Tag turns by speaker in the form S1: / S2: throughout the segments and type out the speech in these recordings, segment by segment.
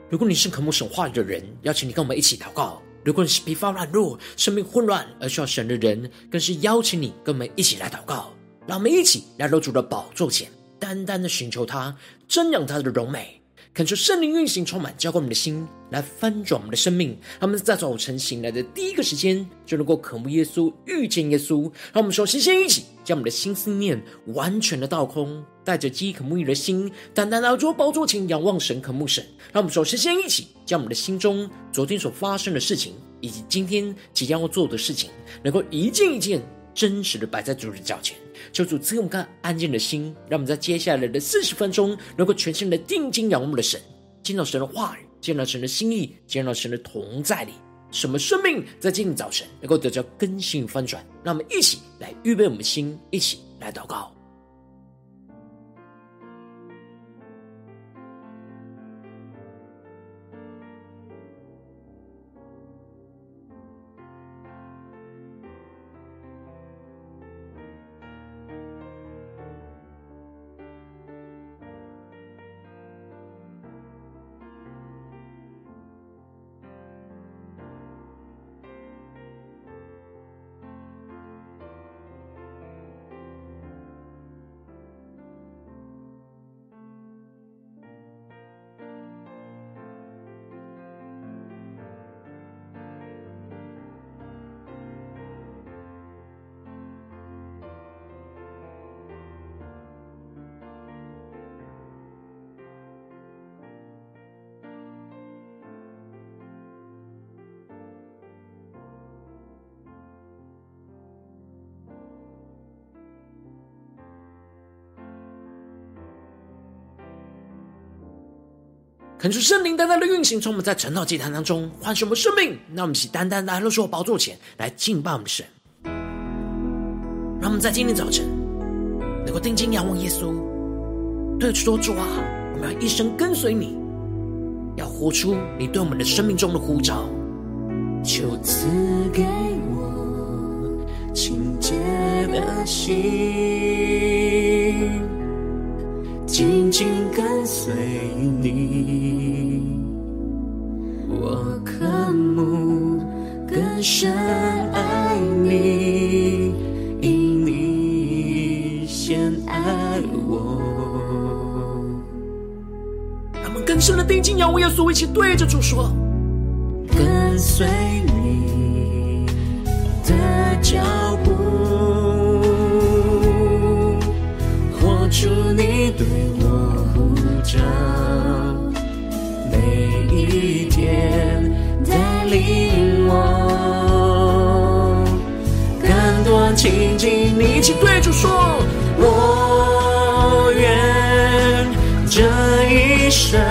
S1: 如果你是渴慕神话语的人，邀请你跟我们一起祷告。如果你是疲乏软弱、生命混乱而需要神的人，更是邀请你跟我们一起来祷告。让我们一起来到主的宝座前，单单的寻求他，瞻仰他的荣美，恳求圣灵运行充满，浇灌我们的心，来翻转我们的生命。让我们在早晨醒来的第一个时间，就能够渴慕耶稣，遇见耶稣。让我们首先一起将我们的心思念完全的倒空，带着饥渴沐浴的心，单单来到宝座前仰望神，渴慕神。让我们首先一起将我们的心中昨天所发生的事情，以及今天即将要做的事情，能够一件一件真实的摆在主的脚前。求主赐给我们安静的心，让我们在接下来的40分钟能够全心的定睛仰望我们的神，见到神的话语，见到神的心意，见到神的同在里，什么生命在今天早晨能够得到更新翻转。让我们一起来预备我们的心，一起来祷告。恳求圣灵单单的运行，从我们在晨祷祭坛当中唤醒我们生命。让我们一起单单来到主的宝座前来敬拜我们的神。让我们在今天早晨能够定睛仰望耶稣，对主说：主啊，我们要一生跟随你，要活出你对我们的生命中的呼召。
S2: 求赐给我清洁的心，紧紧跟随你，我渴慕更深爱你，因你先爱我。
S1: 让我们更深的定睛仰望耶稣，一起对着主说：
S2: 跟随你的脚步，活出你对我呼召，每一天带领我更多亲近你。
S1: 一起对主说：
S2: 我愿这一生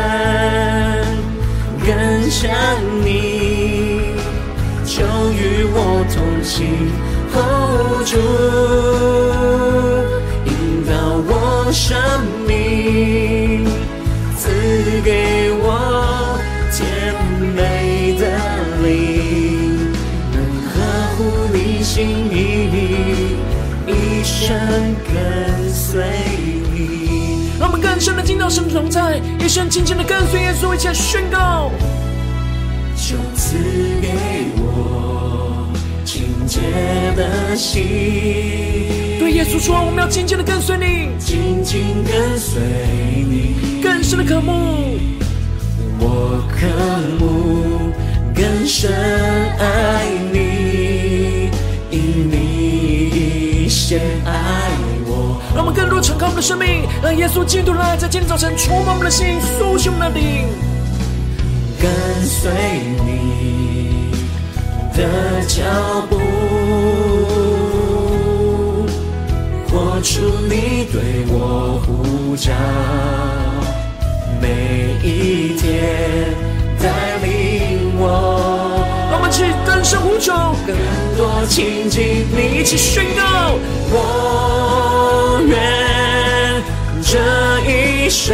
S2: 更像你，就与我同行，hold住引导我生命，赐给我甜美的灵，能合乎你心意，一生跟随你。
S1: 让我们更深的进到神的同在，一生紧紧的跟随耶稣，一起来宣告：
S2: 求赐给我清洁的心。
S1: 对耶稣说，我们要紧紧的跟随你，
S2: 紧紧跟随你，
S1: 更深的渴慕。
S2: 我渴慕更深爱你，因你先爱我。
S1: 让我们更多敞开我们的生命，让耶稣基督的爱在今天早晨充满我们的心，苏醒我们的灵。
S2: 跟随你的脚步，活出你对我呼召，每一天带领我。
S1: 让我们一起更深呼求，
S2: 更多亲近你，
S1: 一起宣告：
S2: 我愿这一生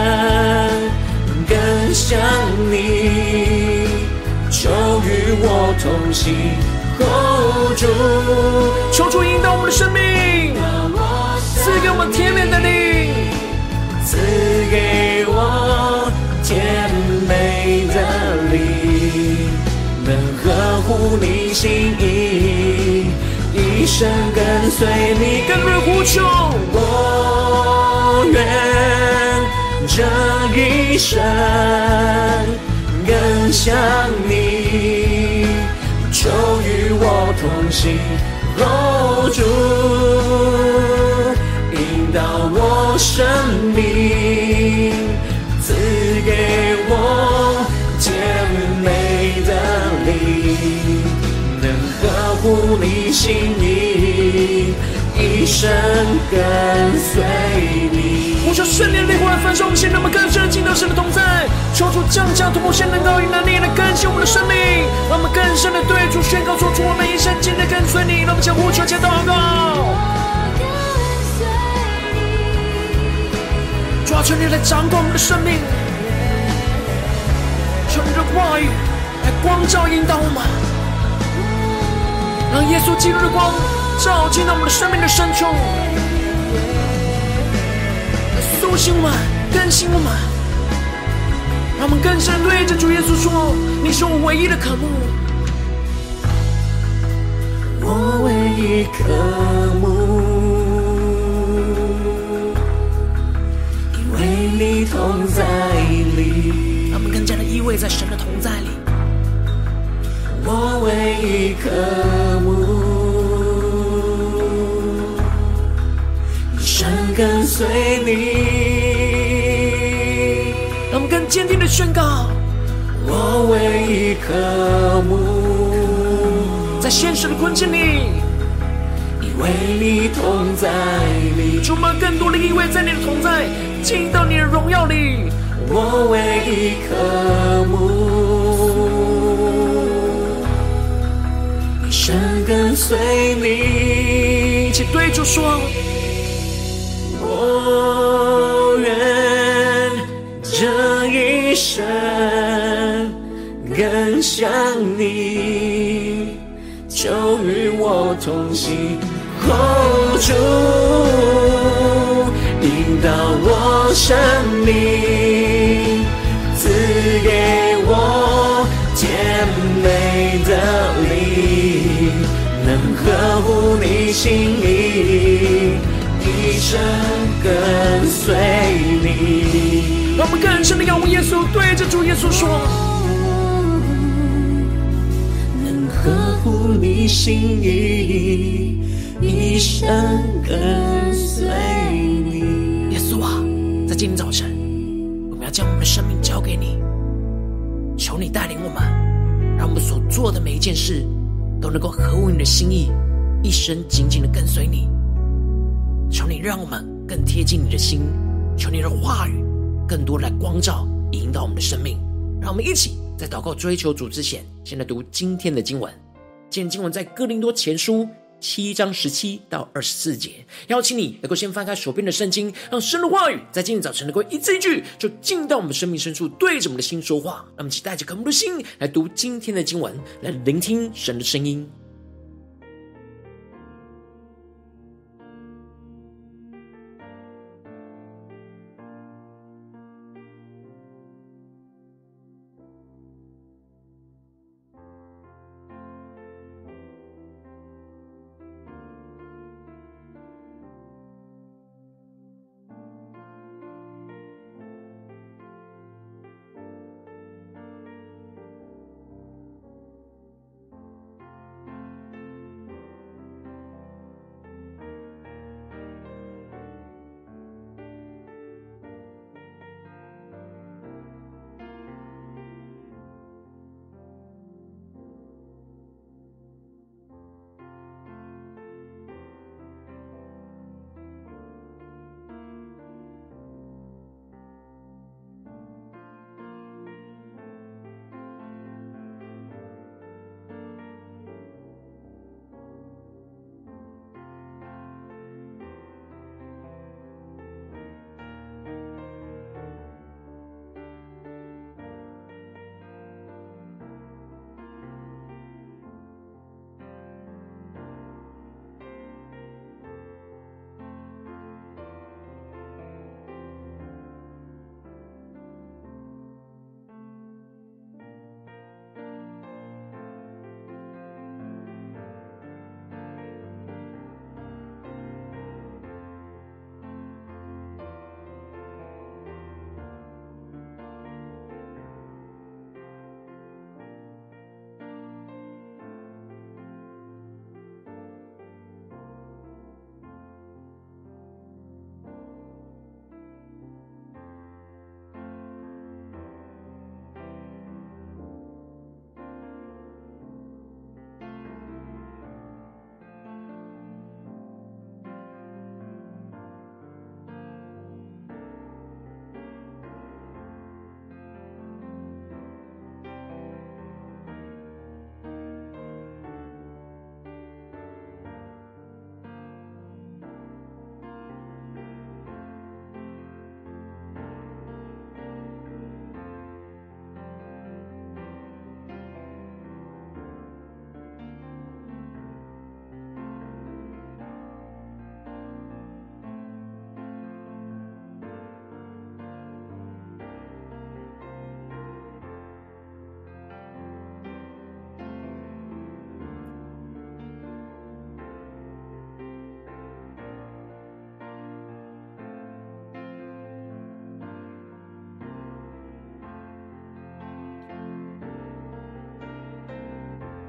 S2: 更像你，就与我同行，hold住。
S1: 求主引导我们的生命，赐给我们甜美的灵，
S2: 赐给我甜美乎你心意，一生跟随你。
S1: 更多人呼求，
S2: 我愿这一生更像你，就与我同行。主引导我生命，赐给我甜美的灵，能合乎你心意，一生跟随你。
S1: 呼求圣灵烈火来焚烧我们心，让我们更深的进到神的同在，求主降下突破性能够以能力来更新我们的生命，让我们更深的对主宣告说出我们一生紧的跟随你。让我们将呼求且祷告，主啊，求你来掌管我们的生命，求你的话语来光照引导我们，让耶稣基督的光照进到我们的生命的深处，苏醒我们，更新我们，让我们更深对着主耶稣说：你是我唯一的渴慕，
S2: 我唯一渴慕，因为你同在里。
S1: 让我们更加的依偎在神的同在里。
S2: 我唯一渴慕，一生跟随你。
S1: 让我们更坚定的宣告：
S2: 我唯一渴慕，
S1: 在现实的困境里，
S2: 因为你同在里。
S1: 主，我们更多的依偎在你的同在，进到你的荣耀里。
S2: 我唯一渴慕，一生跟随你。
S1: 一起对主说：
S2: 我愿这一生更像你，就与我同行。主引导我生命，赐给我甜美的灵，能合乎你心意，一生跟随你。
S1: 让我们更深的仰望耶稣，对着主耶稣说：
S2: 能合乎你心意，一生跟随你。
S1: 耶稣啊，在今天早晨，我们要将我们的生命交给你，求你带领我们，让我们所做的每一件事都能够合乎你的心意，一生紧紧的跟随你。求你让我们更贴近你的心，求你的话语更多来光照引导我们的生命。让我们一起在祷告追求主之前，先来读今天的经文。今天经文在哥林多前书7章17到24节，邀请你能够先翻开手边的圣经，让神的话语在今天早晨能够一字一句就进到我们生命深处，对着我们的心说话。让我们一起带着渴慕的心来读今天的经文，来聆听神的声音。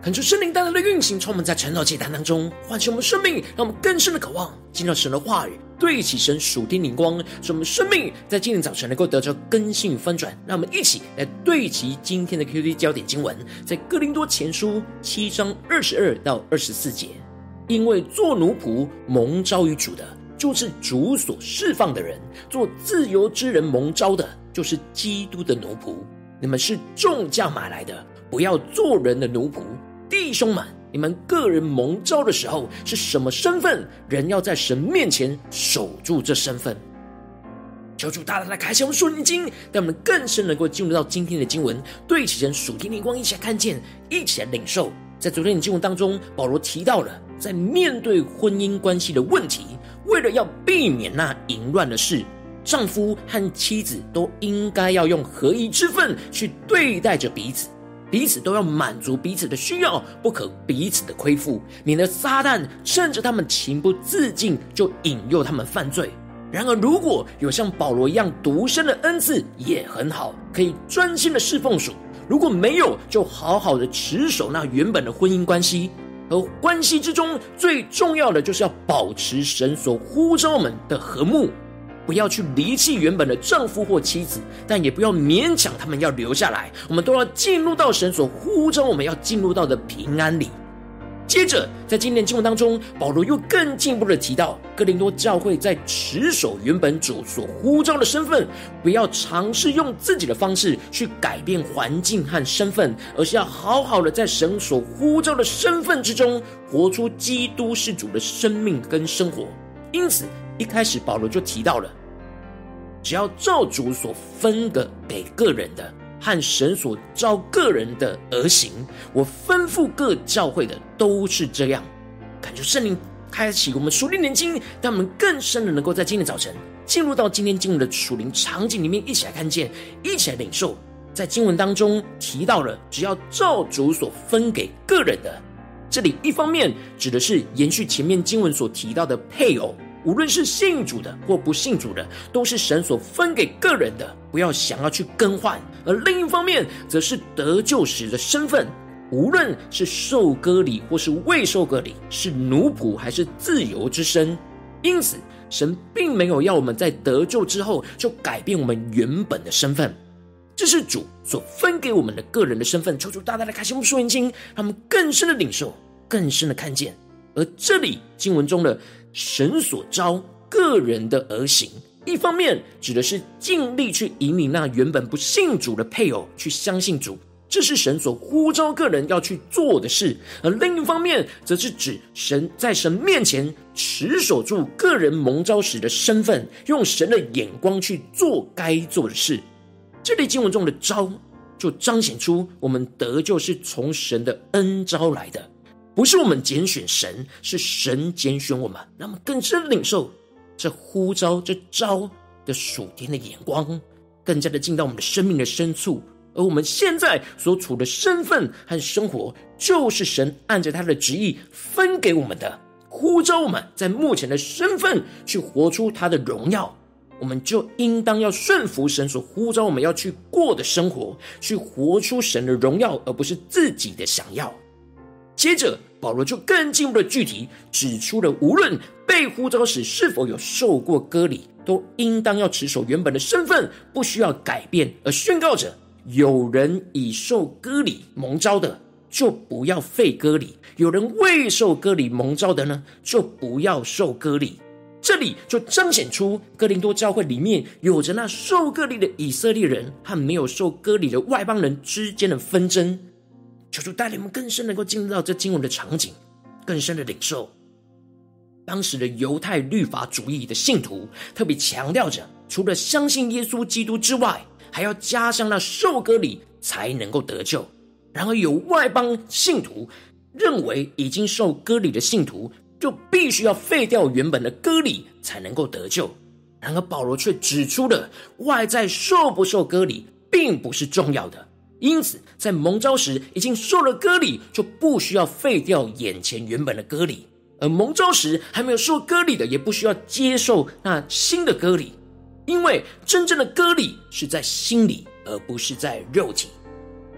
S1: 恳求圣灵单单的运行，充满在晨祷祭坛当中，唤醒我们生命，让我们更深的渴望进到神的话语，对齐神属天灵光，使我们生命在今天早晨能够得着更新与翻转。让我们一起来对齐今天的 QD 焦点经文，在哥林多前书7章22到24节。因为做奴仆蒙召于主的，就是主所释放的人；做自由之人蒙召的，就是基督的奴仆。你们是重价买来的，不要做人的奴仆。弟兄们，你们个人蒙召的时候是什么身份，人要在神面前守住这身份。求主大大的开启我们属灵经，让我们更深能够进入到今天的经文，对齐神属天灵光，一起来看见，一起来领受。在昨天的经文当中，保罗提到了在面对婚姻关系的问题，为了要避免那淫乱的事，丈夫和妻子都应该要用合一之分去对待着彼此，彼此都要满足彼此的需要，不可彼此的亏负，免得撒旦趁着他们情不自禁就引诱他们犯罪。然而如果有像保罗一样独身的恩赐也很好，可以专心的侍奉主；如果没有，就好好的持守那原本的婚姻关系。而关系之中最重要的就是要保持神所呼召我们的和睦，不要去离弃原本的丈夫或妻子，但也不要勉强他们要留下来，我们都要进入到神所呼召我们要进入到的平安里。接着在今天的经文当中，保罗又更进一步的提到，哥林多教会在持守原本主所呼召的身份，不要尝试用自己的方式去改变环境和身份，而是要好好的在神所呼召的身份之中，活出基督是主的生命跟生活。因此一开始保罗就提到了，只要照主所分的给个人的，和神所召个人的而行，我吩咐各教会的都是这样。感觉圣灵开启我们属灵眼睛，让我们更深的能够在今天早晨进入到今天经文的属灵场景里面，一起来看见，一起来领受。在经文当中提到了，只要照主所分给个人的，这里一方面指的是延续前面经文所提到的配偶，无论是信主的或不信主的，都是神所分给个人的，不要想要去更换。而另一方面则是得救时的身份，无论是受割礼或是未受割礼，是奴仆还是自由之身。因此神并没有要我们在得救之后就改变我们原本的身份，这是主所分给我们的个人的身份。求主大大的开启我们属灵经，让我们更深的领受，更深的看见。而这里经文中的神所召个人的而行，一方面指的是尽力去引领那原本不信主的配偶去相信主，这是神所呼召个人要去做的事；而另一方面则是指神在神面前持守住个人蒙召时的身份，用神的眼光去做该做的事。这里经文中的召就彰显出我们得救是从神的恩召来的，不是我们拣选神，是神拣选我们。让我们更深领受这呼召这召的属天的眼光，更加的进到我们的生命的深处。而我们现在所处的身份和生活，就是神按着他的旨意分给我们的，呼召我们在目前的身份去活出他的荣耀。我们就应当要顺服神所呼召我们要去过的生活，去活出神的荣耀，而不是自己的想要。接着保罗就更进一步的具体指出了，无论被呼召时是否有受过割礼，都应当要持守原本的身份，不需要改变，而宣告着有人已受割礼蒙召的，就不要废割礼；有人未受割礼蒙召的呢，就不要受割礼。这里就彰显出哥林多教会里面有着那受割礼的以色列人和没有受割礼的外邦人之间的纷争。求主带领我们更深能够进入到这经文的场景，更深的领受当时的犹太律法主义的信徒特别强调着，除了相信耶稣基督之外，还要加上那受割礼才能够得救。然而有外邦信徒认为已经受割礼的信徒就必须要废掉原本的割礼才能够得救。然而保罗却指出了外在受不受割礼并不是重要的，因此在蒙召时已经受了割礼，就不需要废掉眼前原本的割礼，而蒙召时还没有受割礼的也不需要接受那新的割礼，因为真正的割礼是在心里而不是在肉体。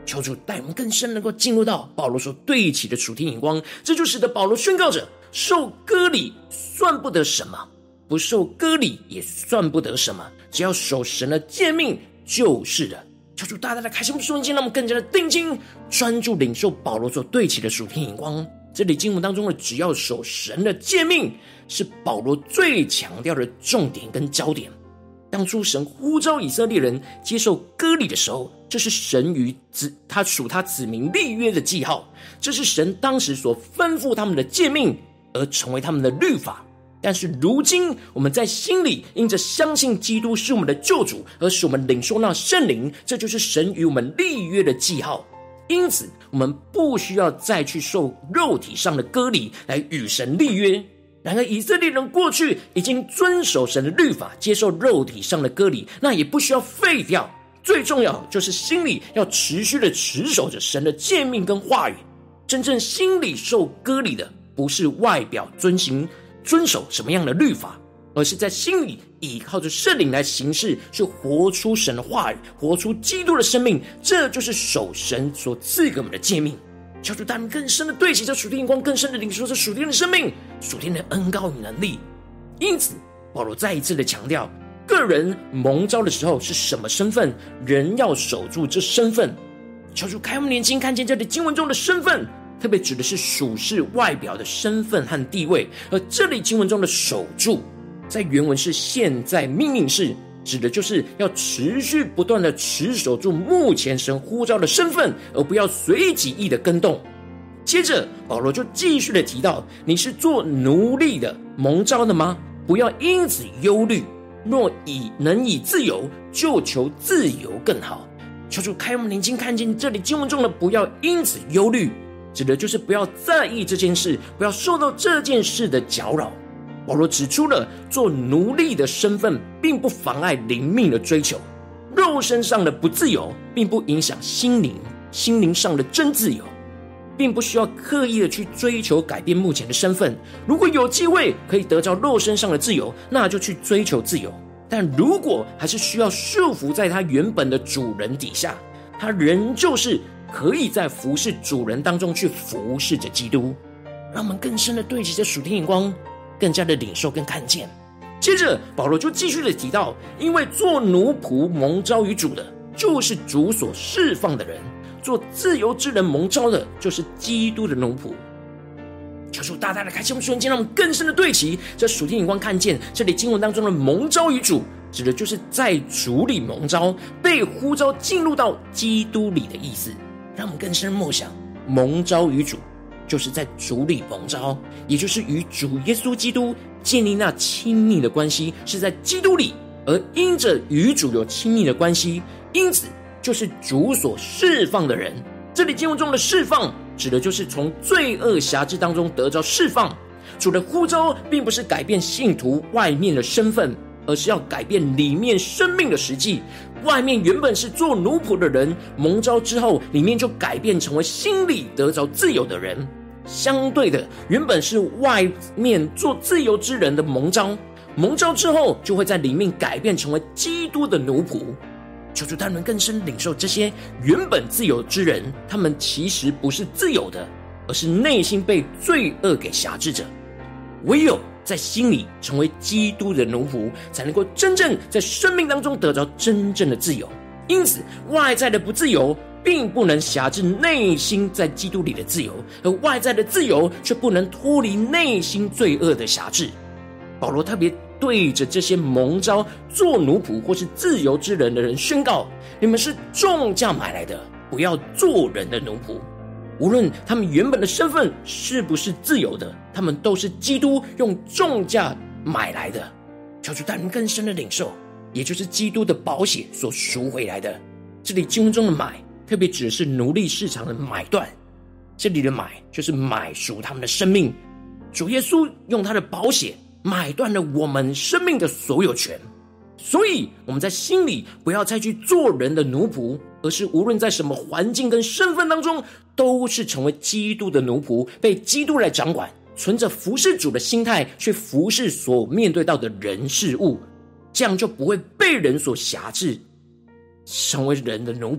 S1: 求主带我们更深能够进入到保罗所对齐的属天眼光，这就使得保罗宣告着：受割礼算不得什么，不受割礼也算不得什么，只要守神的诫命就是了。求主大大的开启我们属灵眼，让我们更加的定睛专注领受保罗所对齐的属天眼光。这里经文当中的只要守神的诫命，是保罗最强调的重点跟焦点。当初神呼召以色列人接受割礼的时候，这是神与他属他子民立约的记号，这是神当时所吩咐他们的诫命，而成为他们的律法。但是如今我们在心里因着相信基督是我们的救主，而使我们领受那圣灵，这就是神与我们立约的记号。因此我们不需要再去受肉体上的割礼来与神立约。然而以色列人过去已经遵守神的律法，接受肉体上的割礼，那也不需要废掉。最重要就是心里要持续的持守着神的诫命跟话语。真正心里受割礼的，不是外表遵守什么样的律法，而是在心里依靠着圣灵来行事，去活出神的话语，活出基督的生命。这就是守神所赐给我们的诫命。求主带领更深的对齐这属天眼光，更深的领受这属天的生命，属天的恩膏与能力。因此保罗再一次的强调，个人蒙召的时候是什么身份，人要守住这身份。求主开我们眼睛，看见这里经文中的身份，特别指的是属世外表的身份和地位，而这里经文中的守住，在原文是现在命令式，指的就是要持续不断的持守住目前神呼召的身份，而不要随己意的更动。接着保罗就继续的提到，你是做奴隶的蒙召的吗？不要因此忧虑，若能以自由，就求自由更好。求主开我们眼睛，看见这里经文中的不要因此忧虑，指的就是不要在意这件事，不要受到这件事的搅扰。保罗指出了做奴隶的身份并不妨碍灵命的追求，肉身上的不自由并不影响心灵上的真自由，并不需要刻意的去追求改变目前的身份。如果有机会可以得着肉身上的自由，那就去追求自由。但如果还是需要束缚在他原本的主人底下，他仍旧是可以在服侍主人当中去服侍着基督。让我们更深的对齐这属天眼光，更加的领受跟看见。接着保罗就继续的提到，因为做奴仆蒙召于主的，就是主所释放的人；做自由之人蒙召的，就是基督的奴仆。求主大大的开启我们瞬间，让我们更深的对齐这属天眼光，看见这里经文当中的蒙召于主，指的就是在主里蒙召，被呼召进入到基督里的意思。让我们更深默想，蒙召于主就是在主里蒙召，也就是与主耶稣基督建立那亲密的关系，是在基督里，而因着与主有亲密的关系，因此就是主所释放的人。这里经文中的释放，指的就是从罪恶辖制当中得着释放。主的呼召并不是改变信徒外面的身份，而是要改变里面生命的实际。外面原本是做奴仆的人，蒙召之后，里面就改变成为心里得着自由的人。相对的，原本是外面做自由之人的蒙召之后，就会在里面改变成为基督的奴仆。求主他们更深领受，这些原本自由之人，他们其实不是自由的，而是内心被罪恶给辖制着。唯有在心里成为基督的奴仆，才能够真正在生命当中得着真正的自由。因此外在的不自由并不能辖制内心在基督里的自由，而外在的自由却不能脱离内心罪恶的辖制。保罗特别对着这些蒙召做奴仆或是自由之人的人宣告，你们是重价买来的，不要做人的奴仆。无论他们原本的身份是不是自由的，他们都是基督用重价买来的。求主带领更深的领受，也就是基督的宝血所赎回来的。这里经文中的买特别指的是奴隶市场的买断，这里的买就是买赎他们的生命。主耶稣用他的宝血买断了我们生命的所有权，所以我们在心里不要再去做人的奴仆，而是无论在什么环境跟身份当中，都是成为基督的奴仆，被基督来掌管，存着服侍主的心态去服侍所面对到的人事物，这样就不会被人所辖制，成为人的奴仆，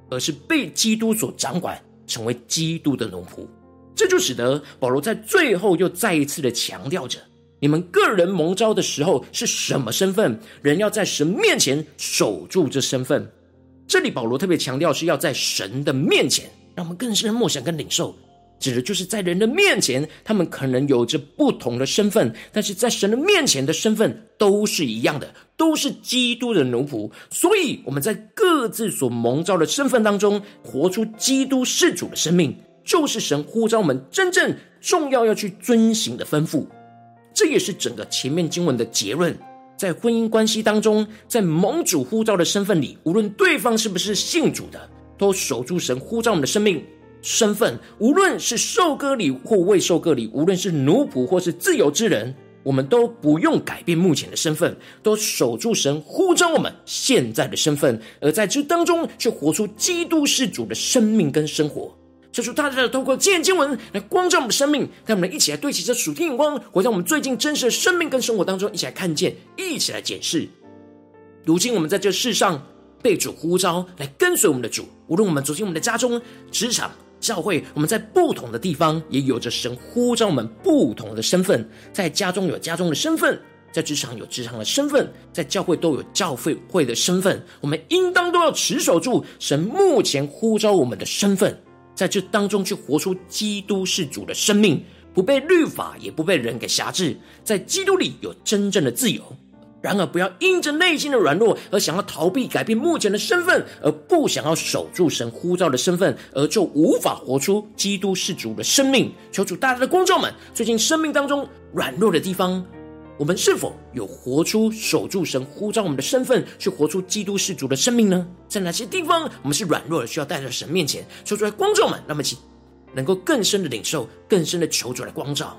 S1: 而是被基督所掌管，成为基督的奴仆。这就使得保罗在最后又再一次的强调着，你们个人蒙召的时候是什么身份，人要在神面前守住这身份。这里保罗特别强调是要在神的面前，让我们更深默想跟领受，指的就是在人的面前，他们可能有着不同的身份，但是在神的面前的身份都是一样的，都是基督的奴仆。所以我们在各自所蒙召的身份当中，活出基督事主的生命，就是神呼召我们真正重要要去遵行的吩咐。这也是整个前面经文的结论。在婚姻关系当中，在蒙主呼召的身份里，无论对方是不是信主的，都守住神呼召我们的生命身份，无论是受割礼或未受割礼，无论是奴仆或是自由之人，我们都不用改变目前的身份，都守住神呼召我们现在的身份，而在这当中却活出基督事主的生命跟生活。求主大大的透过今天经文来光照我们的生命，让我们一起来对齐这属天眼光，回到我们最近真实的生命跟生活当中，一起来看见，一起来检视。如今我们在这世上被主呼召来跟随我们的主，无论我们走进我们的家中、职场、教会，我们在不同的地方也有着神呼召我们不同的身份。在家中有家中的身份，在职场有职场的身份，在教会都有教会的身份。我们应当都要持守住神目前呼召我们的身份，在这当中去活出基督是主的生命，不被律法也不被人给辖制，在基督里有真正的自由。然而不要因着内心的软弱而想要逃避改变目前的身份，而不想要守住神呼召的身份，而就无法活出基督是主的生命。求主大大的光照们，最近生命当中软弱的地方，我们是否有活出守住神呼召我们的身份，去活出基督是主的生命呢？在哪些地方我们是软弱的，需要带到神面前？求主来光照们，让我们一起能够更深的领受，更深的求主来光照。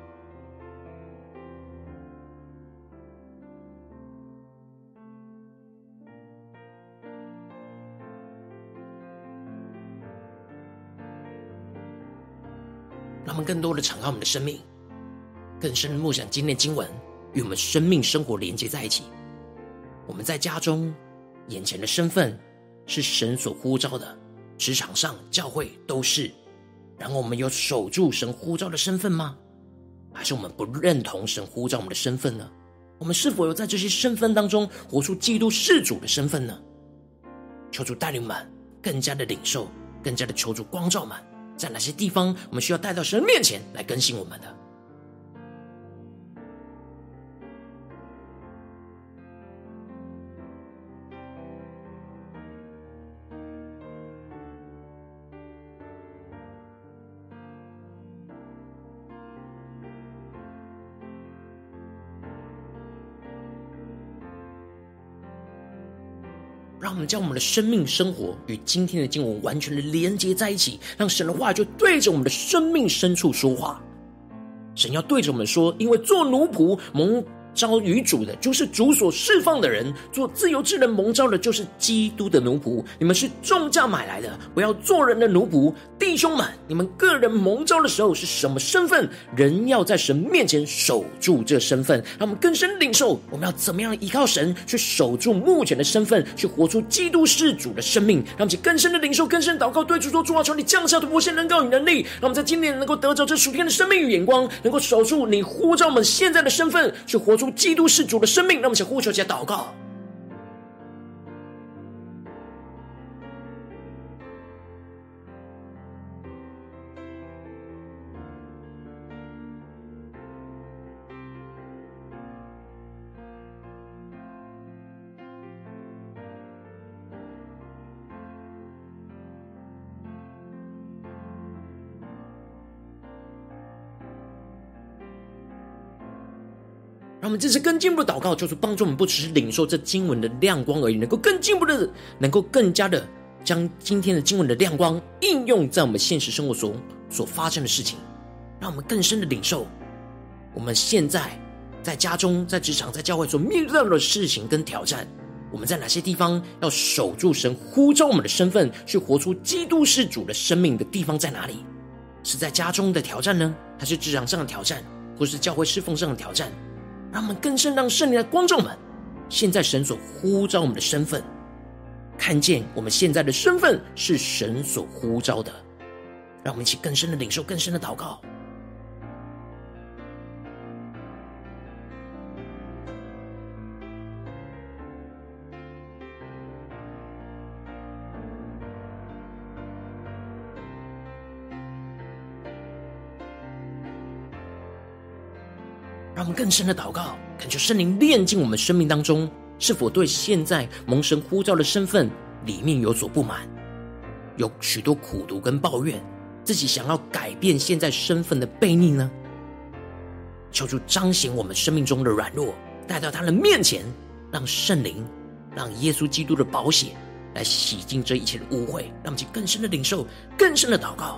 S1: 让我们更多的敞开我们的生命，更深的默想今天的经文与我们生命生活连接在一起。我们在家中眼前的身份是神所呼召的，职场上教会都是。然后我们有守住神呼召的身份吗？还是我们不认同神呼召我们的身份呢？我们是否有在这些身份当中活出基督事主的身份呢？求主带领我们更加的领受，更加的求主光照们，在哪些地方我们需要带到神面前来更新我们的。让我们将我们的生命生活与今天的经文完全的连接在一起，让神的话就对着我们的生命深处说话。神要对着我们说，因为做奴仆蒙召于主的，就是主所释放的人；做自由之人蒙召的，就是基督的奴仆。你们是重价买来的，不要做人的奴仆。弟兄们，你们个人蒙召的时候是什么身份，人要在神面前守住这身份。让我们更深领受，我们要怎么样依靠神去守住目前的身份，去活出基督是主的生命。让我们更深的领受，更深的祷告，对主说：主啊，求你降下突破性能够与能力，让我们在今年能够得着这属天的生命与眼光，能够守住你呼召我们现在的身份，去活出基督是主的生命。让我们想呼求起来祷告。让我们这次更进一步的祷告，就是帮助我们不只是领受这经文的亮光而已，能够更进一步的，能够更加的将今天的经文的亮光应用在我们现实生活中所发生的事情，让我们更深的领受我们现在在家中、在职场、在教会所面对到的事情跟挑战。我们在哪些地方要守住神呼召我们的身份，去活出基督是主的生命的地方在哪里？是在家中的挑战呢，还是职场上的挑战，或是教会侍奉上的挑战？让我们更深让圣灵来光照我们，现在神所呼召我们的身份， 看见我们现在的身份是神所呼召的。让我们一起更深的领受，更深的祷告。让我们更深的祷告，恳求圣灵炼净我们生命当中，是否对现在蒙神呼召的身份里面有所不满，有许多苦毒跟抱怨，自己想要改变现在身份的悖逆呢？求主彰显我们生命中的软弱，带到他的面前，让圣灵，让耶稣基督的宝血来洗净这一切的污秽，让我们去更深的领受，更深的祷告。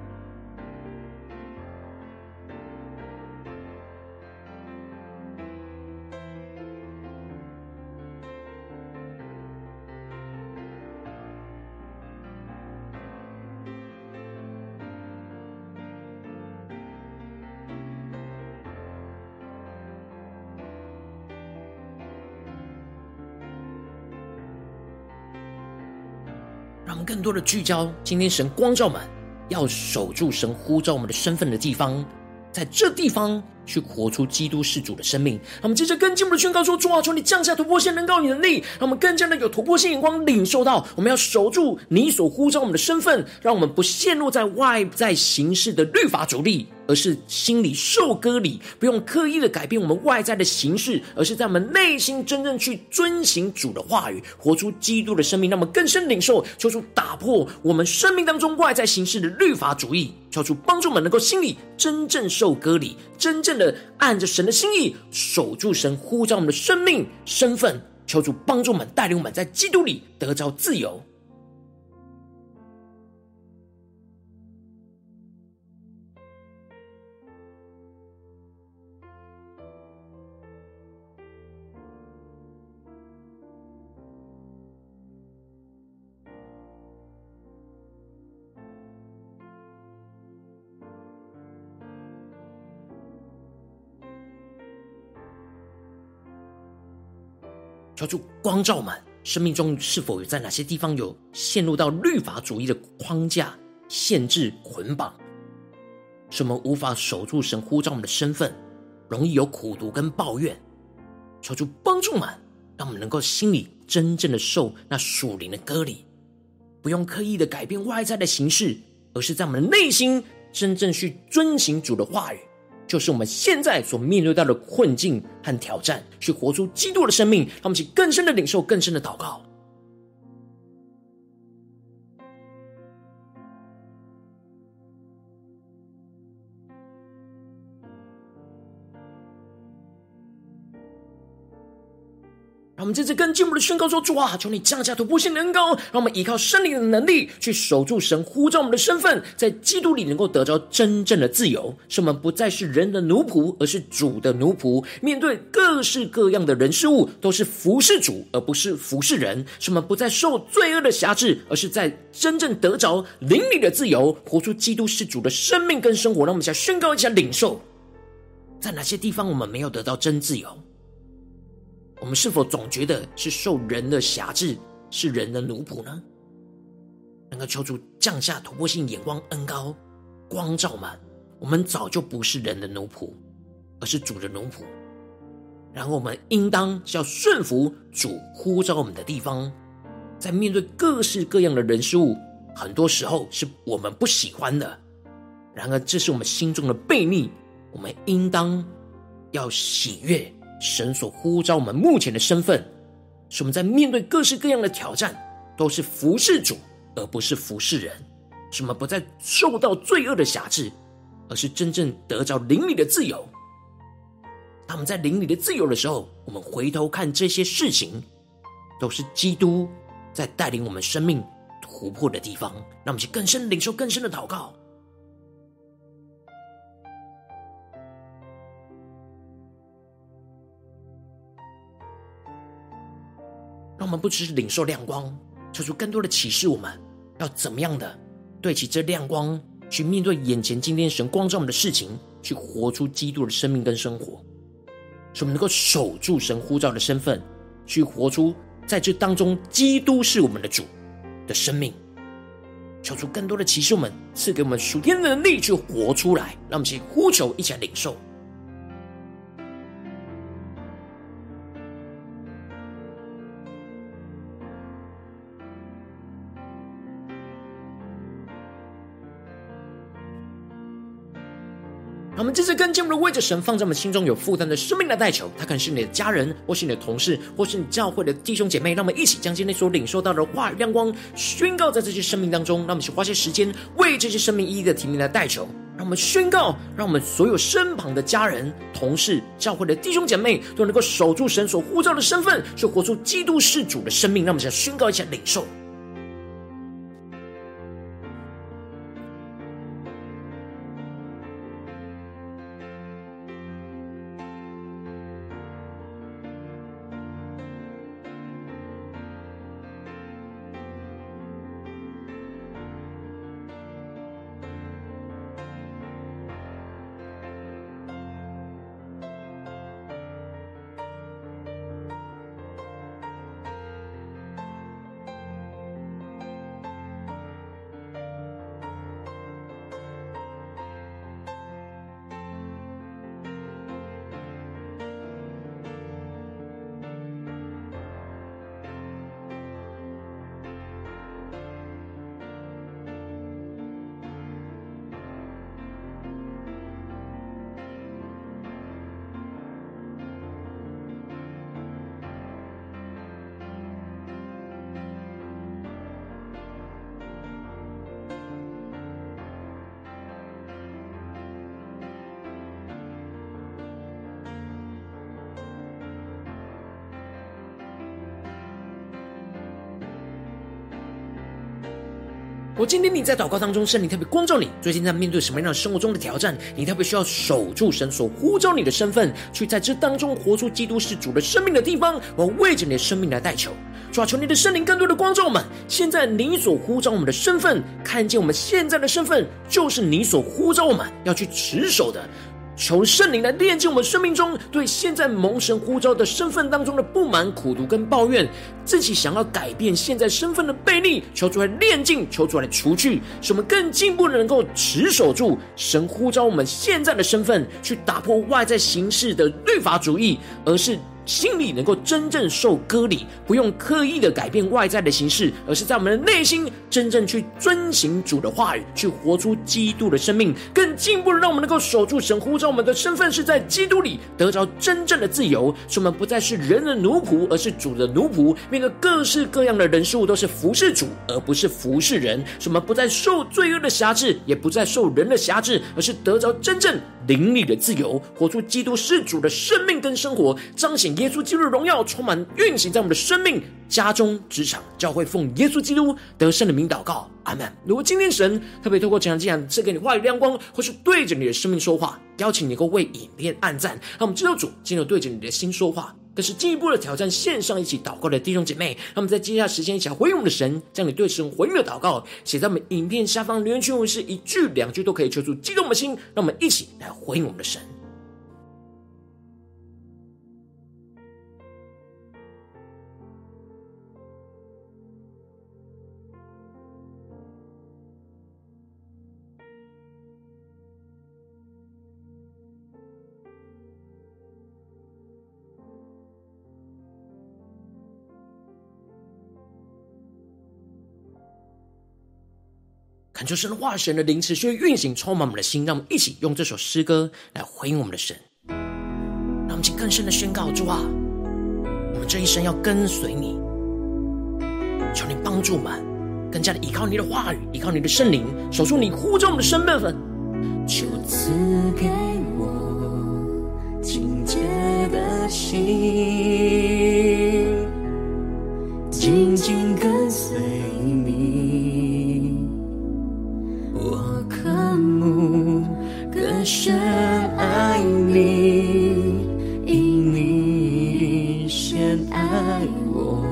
S1: 让我们更多的聚焦今天神光照们要守住神呼召我们的身份的地方，在这地方去活出基督是主的生命。让我们接着更进一步的宣告说，主啊，求你降下突破性能高你的力，让我们更加的有突破性眼光，领受到我们要守住你所呼召我们的身份，让我们不陷入在外在形式的律法主力，而是心里受割礼，不用刻意的改变我们外在的形式，而是在我们内心真正去遵行主的话语，活出基督的生命。让我们更深领受，求主打破我们生命当中外在形式的律法主义，求主帮助我们能够心里真正受割礼，真正的按着神的心意守住神呼召我们的生命身份。求主帮助我们，带领我们在基督里得着自由。求主光照我们生命中是否有在哪些地方有陷入到律法主义的框架、限制、捆绑，使我们无法守住神呼召我们的身份，容易有苦毒跟抱怨。求主帮助我们，让我们能够心里真正的受那属灵的割礼，不用刻意的改变外在的形式，而是在我们的内心真正去遵行主的话语，就是我们现在所面对到的困境和挑战，去活出基督的生命。让我们去更深的领受，更深的祷告。让我们这次更进一步的宣告说，主啊，求你降下突破性的恩膏，让我们依靠圣灵的能力去守住神呼召我们的身份，在基督里能够得着真正的自由，使我们不再是人的奴仆，而是主的奴仆。面对各式各样的人事物，都是服侍主而不是服侍人，使我们不再受罪恶的辖制，而是在真正得着灵里的自由，活出基督是主的生命跟生活。让我们想宣告一下领受，在哪些地方我们没有得到真自由？我们是否总觉得是受人的辖制，是人的奴仆呢？能够求主降下突破性眼光恩膏，光照们，我们早就不是人的奴仆，而是主的奴仆。然后我们应当是要顺服主呼召我们的地方，在面对各式各样的人事物，很多时候是我们不喜欢的，然而这是我们心中的悖逆，我们应当要喜悦神所呼召我们目前的身份，使我们在面对各式各样的挑战，都是服侍主而不是服侍人，使我们不再受到罪恶的辖制，而是真正得着灵里的自由。当我们在灵里的自由的时候，我们回头看这些事情，都是基督在带领我们生命突破的地方。让我们去更深领受更深的祷告。让我们不只是领受亮光，求主更多的启示我们要怎么样的对齐这亮光，去面对眼前今天神光照我们的事情，去活出基督的生命跟生活，使我们能够守住神呼召的身份，去活出在这当中基督是我们的主的生命。求出更多的启示我们，赐给我们属天的能力去活出来。让我们一起呼求，一起来领受。我们这次更进一步的为着神放在我们心中有负担的生命来代求，他可能是你的家人，或是你的同事，或是你教会的弟兄姐妹。让我们一起将今天所领受到的话语亮光宣告在这些生命当中。让我们一起花些时间为这些生命一一的提名来代求。让我们宣告，让我们所有身旁的家人、同事、教会的弟兄姐妹都能够守住神所呼召的身份，去活出基督是主的生命。让我们一起宣告，一起领受。今天你在祷告当中，圣灵特别光照你，最近在面对什么样的生活中的挑战，你特别需要守住神所呼召你的身份，去在这当中活出基督是主的生命的地方。我为着你的生命来代求，主啊，求你的圣灵更多的光照我们。现在你所呼召我们的身份，看见我们现在的身份就是你所呼召我们要去持守的。求圣灵来炼净我们生命中对现在蒙神呼召的身份当中的不满、苦毒跟抱怨，自己想要改变现在身份的悖逆，求主来炼净，求主来除去，使我们更进一步的能够持守住神呼召我们现在的身份，去打破外在形式的律法主义，而是心里能够真正受割礼，不用刻意的改变外在的形式，而是在我们的内心真正去遵行主的话语，去活出基督的生命，更进一步的让我们能够守住神呼召我们的身份，是在基督里得着真正的自由，使我们不再是人的奴仆，而是主的奴仆。面对各式各样的人事物，都是服侍主而不是服侍人，使我们不再受罪恶的辖制，也不再受人的辖制，而是得着真正灵里的自由，活出基督是主的生命跟生活，彰显耶稣基督的荣耀，充满运行在我们的生命、家中、职场、教会，奉耶稣基督得胜的名祷告，阿们。如果今天神特别透过这样赐给你话语亮光，或是对着你的生命说话，邀请你能够为影片按赞，让我们知道主今天对着你的心说话，更是进一步的挑战线上一起祷告的弟兄姐妹。让我们在接下来时间一起来回应我们的神，将你对神回应的祷告写在我们影片下方留言区，或是一句两句都可以，求出激动我们的心，让我们一起来回应我们的神。恳求神的话语、神的灵持续运行，充满我们的心。让我们一起用这首诗歌来回应我们的神。让我们请更深的宣告：主啊，我们这一生要跟随你，求你帮助我们更加的依靠你的话语，依靠你的圣灵，守住你呼召我们的身份。
S2: 求赐给我清洁的心，紧紧跟随你，我渴慕更深爱你，因你先爱我。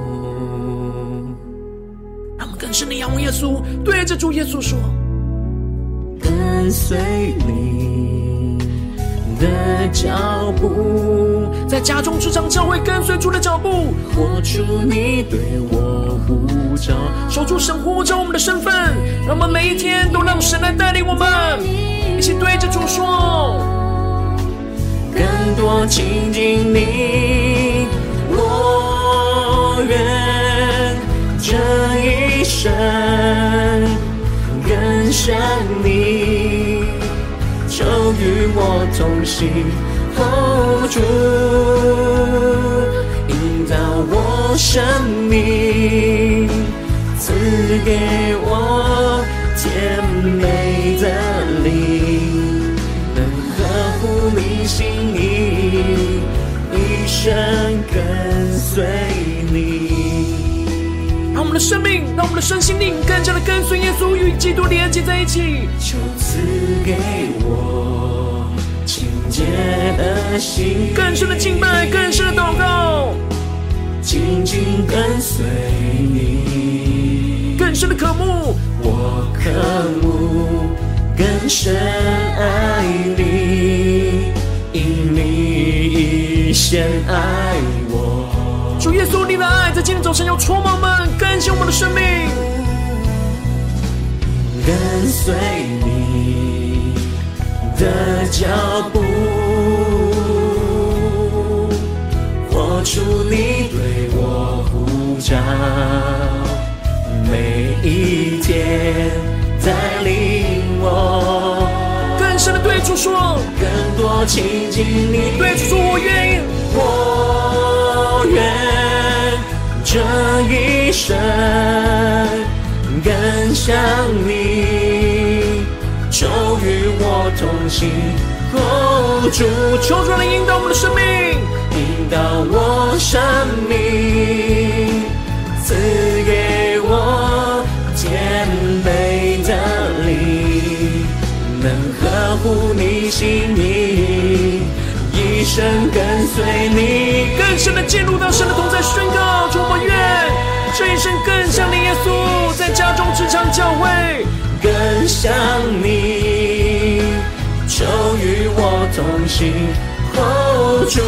S1: 让我们更深的仰望耶稣，对着主耶稣说：
S2: 跟随你， 的脚步，
S1: 在家中职场教会跟随主的脚步，
S2: 活出你对我呼召，
S1: 守住神呼召我们的身份，让我们每一天都让神来带领我们，一起对着主说，
S2: 更多亲近你，我愿这一生更像你，就与我同行，主引导我生命，赐给我甜美的灵，能合乎你心意，一生跟随你。
S1: 让我们的生命，让我们的身心灵更加的跟随耶稣，与基督连接在一起。
S2: 求赐给我清洁的心，
S1: 更深的敬拜，更深的祷告，
S2: 紧紧跟随你，
S1: 更深的渴慕，
S2: 我渴慕更深爱你，因你已先爱我。
S1: 主耶稣，你的爱在今天早晨要充满我们，更新我们的生命，
S2: 跟随你的脚步，活出你对我呼召，每一天带领我
S1: 更深的对主说，
S2: 更多亲近你，
S1: 对主说，我愿意，
S2: 我愿这一生更像你，就与我同行，主
S1: 求主来引导我们的生命，
S2: 引导我生命，赐给我甜美的灵，能合乎你心意，一生跟随你。
S1: 更深的进入到神的同在，宣告主，我们愿这一生更像你耶稣，在家中职场教会
S2: 更像你，就与我同行，主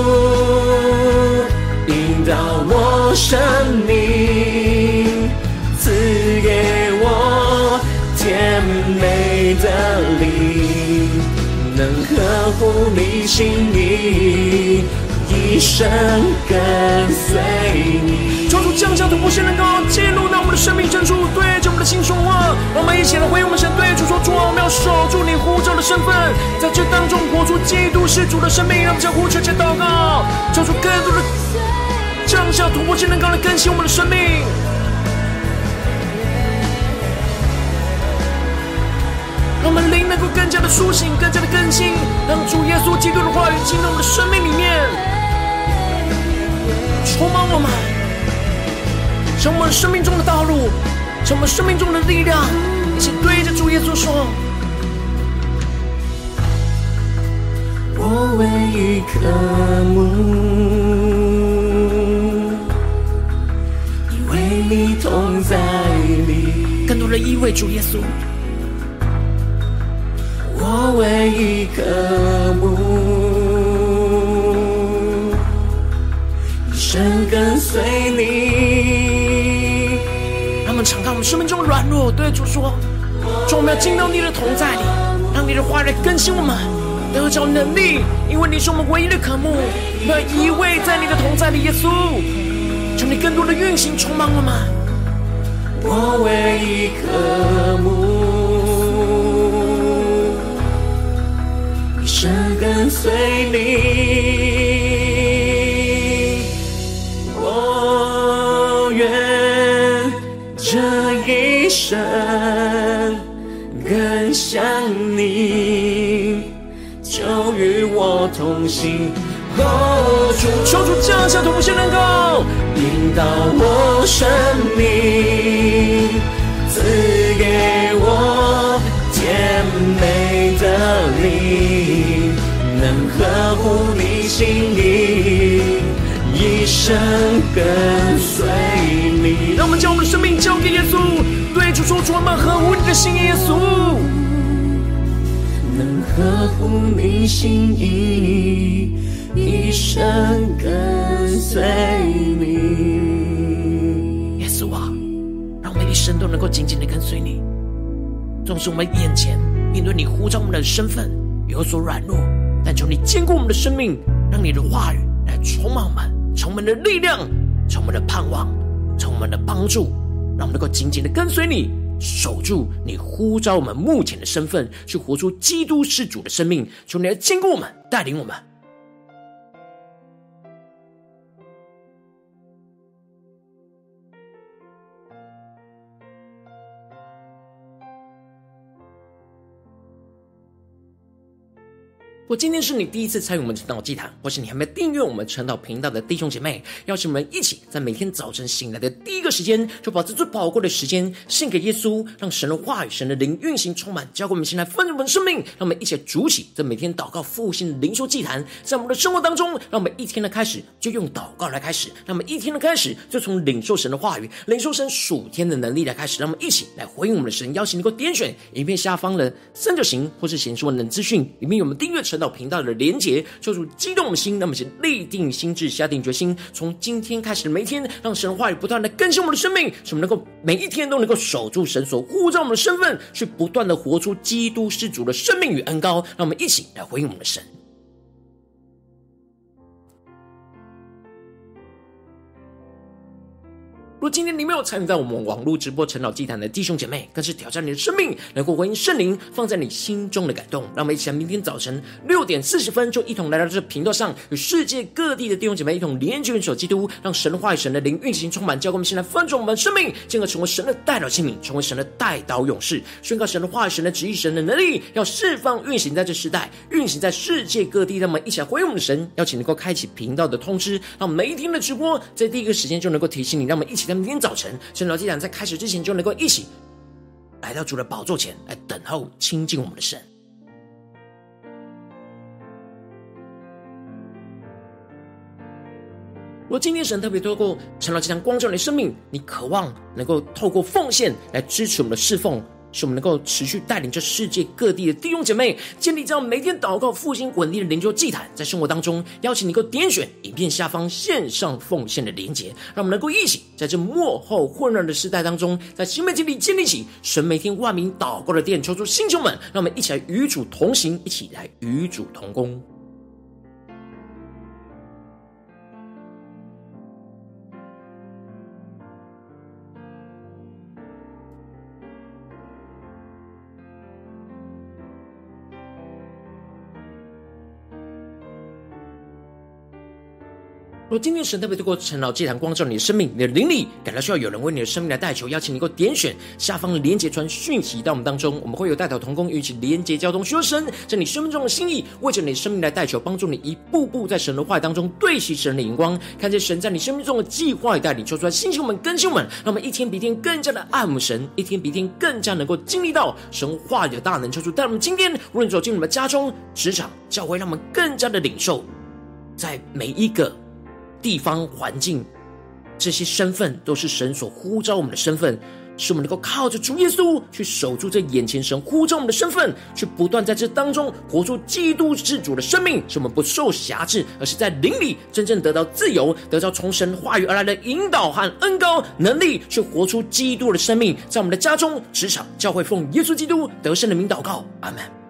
S2: 引导我生命，赐给我甜美的灵，能合乎你心意，一生跟随你。
S1: 求主降下突破性能够进入到我们的生命深处，对着我们的心说话，让我们一起来回应我们神，对主说，主啊，我们要守住你呼召的身份，在这当中活出基督是主的生命，让我们将呼求且祷告，求主更多的降下突破性能够来更新我们的生命，让我们灵能够更加的苏醒，更加的更新，让主耶稣基督的话语进入我们的生命里面，充满我们，成我们生命中的道路，成我们生命中的力量，一起对着主耶稣说，
S2: 我唯一渴慕因为你同在里，
S1: 更多的依偎主耶稣，
S2: 我唯一渴慕一生跟随你。
S1: 让我们敞开我们生命中的软弱，对主说，主，我们要进到你的同在里，让你的话来更新我们，得着能力，因为你是我们唯一的渴慕，我们要依偎在你的同在里，耶稣，求你更多的运行充满我们。
S2: 我唯一渴慕一生跟随你，我愿这一生更像你，就与我同行，
S1: 求主降下突破性能够
S2: 引导我生命，赐给我甜美的灵，能合乎你心意，一生跟随你。
S1: 让我们将我们的生命交给耶稣，对主说，主，我们合乎你的心意，耶稣，
S2: 能合乎你心意，一生跟随你。
S1: 耶稣啊，让我们一生都能够紧紧的跟随你。纵使我们眼前面对你呼召我们的身份有所软弱，但求你坚固我们的生命，让你的话语来充满我们，充满的力量，充满的盼望，充满的帮助，让我们能够紧紧的跟随你，守住你呼召我们目前的身份，去活出基督是主的生命。求你来坚固我们，带领我们。如果今天是你第一次参与我们晨祷祭坛，或是你还没订阅我们晨祷频道的弟兄姐妹，邀请我们一起在每天早晨醒来的第一个时间，就把这最宝贵的时间献给耶稣，让神的话语、神的灵运行充满，交给我们现在丰盛的生命。让我们一起来主起这每天祷告复兴的灵修祭坛，在我们的生活当中，让我们一天的开始就用祷告来开始，让我们一天的开始就从领受神的话语、领受神属天的能力来开始。让我们一起来回应我们的神。邀请你能够点选影片下方的三角形或是显示文的资讯，里面有我们订阅晨祷频道的连结，求主激动我们的心，让我们立定心志，下定决心，从今天开始的每一天，让神的话语不断的更新我们的生命，使我们能够每一天都能够守住神所呼召我们的身份，去不断的活出基督是主的生命与恩膏。让我们一起来回应我们的神。如果今天你没有参与在我们网络直播晨祷祭坛的弟兄姐妹，更是挑战你的生命，能够回应圣灵放在你心中的感动。让我们一起来明天早晨6:40就一同来到这频道上，与世界各地的弟兄姐妹一同连接元首基督，让神的话语、神的灵运行充满，教给我们现在翻转我们的生命，进而成为神的代祷器皿，成为神的代祷勇士，宣告神的话语、神的旨意、神的能力，要释放运行在这世代，运行在世界各地。让我们一起来回应我们的神，邀请能够开启频道的通知，让我们每一天的直播在第一个时间就能够提醒你。让我们一起在明天早晨晨祷祭坛在开始之前，就能够一起来到主的宝座前来等候亲近我们的神。如果今天神特别透过晨祷祭坛光照你的生命，你渴望能够透过奉献来支持我们的侍奉，使我们能够持续带领这世界各地的弟兄姐妹建立这样每天祷告复兴稳定的灵修祭坛，在生活当中邀请你能够点选影片下方线上奉献的连结，让我们能够一起在这末后混乱的时代当中，在新媒体里建立起神每天万名祷告的殿，求出弟兄们，让我们一起来与主同行，一起来与主同工。如果今天神特别透过晨祷祭坛光照你的生命，你的灵里感到需要有人为你的生命来代求，邀请你能够点选下方的连结传讯息到我们当中，我们会有代祷同工与其连结交通，寻求神在你生命中的心意，为着你的生命来代求，帮助你一步步在神的话语当中对齐神的眼光，看见神在你生命中的计划与带领，求出来兴起我们更新我们，让我们一天比一天更加的爱慕神，一天比一天更加能够经历到神话语的大能，求主带我们今天无论走进我们的家中、职场、教会，让我们更加的领受在每一个地方环境，这些身份都是神所呼召我们的身份，使我们能够靠着主耶稣去守住这眼前神呼召我们的身份，去不断在这当中活出基督自主的生命，使我们不受辖制，而是在灵里真正得到自由，得到从神话语而来的引导和恩膏能力，去活出基督的生命，在我们的家中、职场、教会，奉耶稣基督得胜的名祷告，阿们。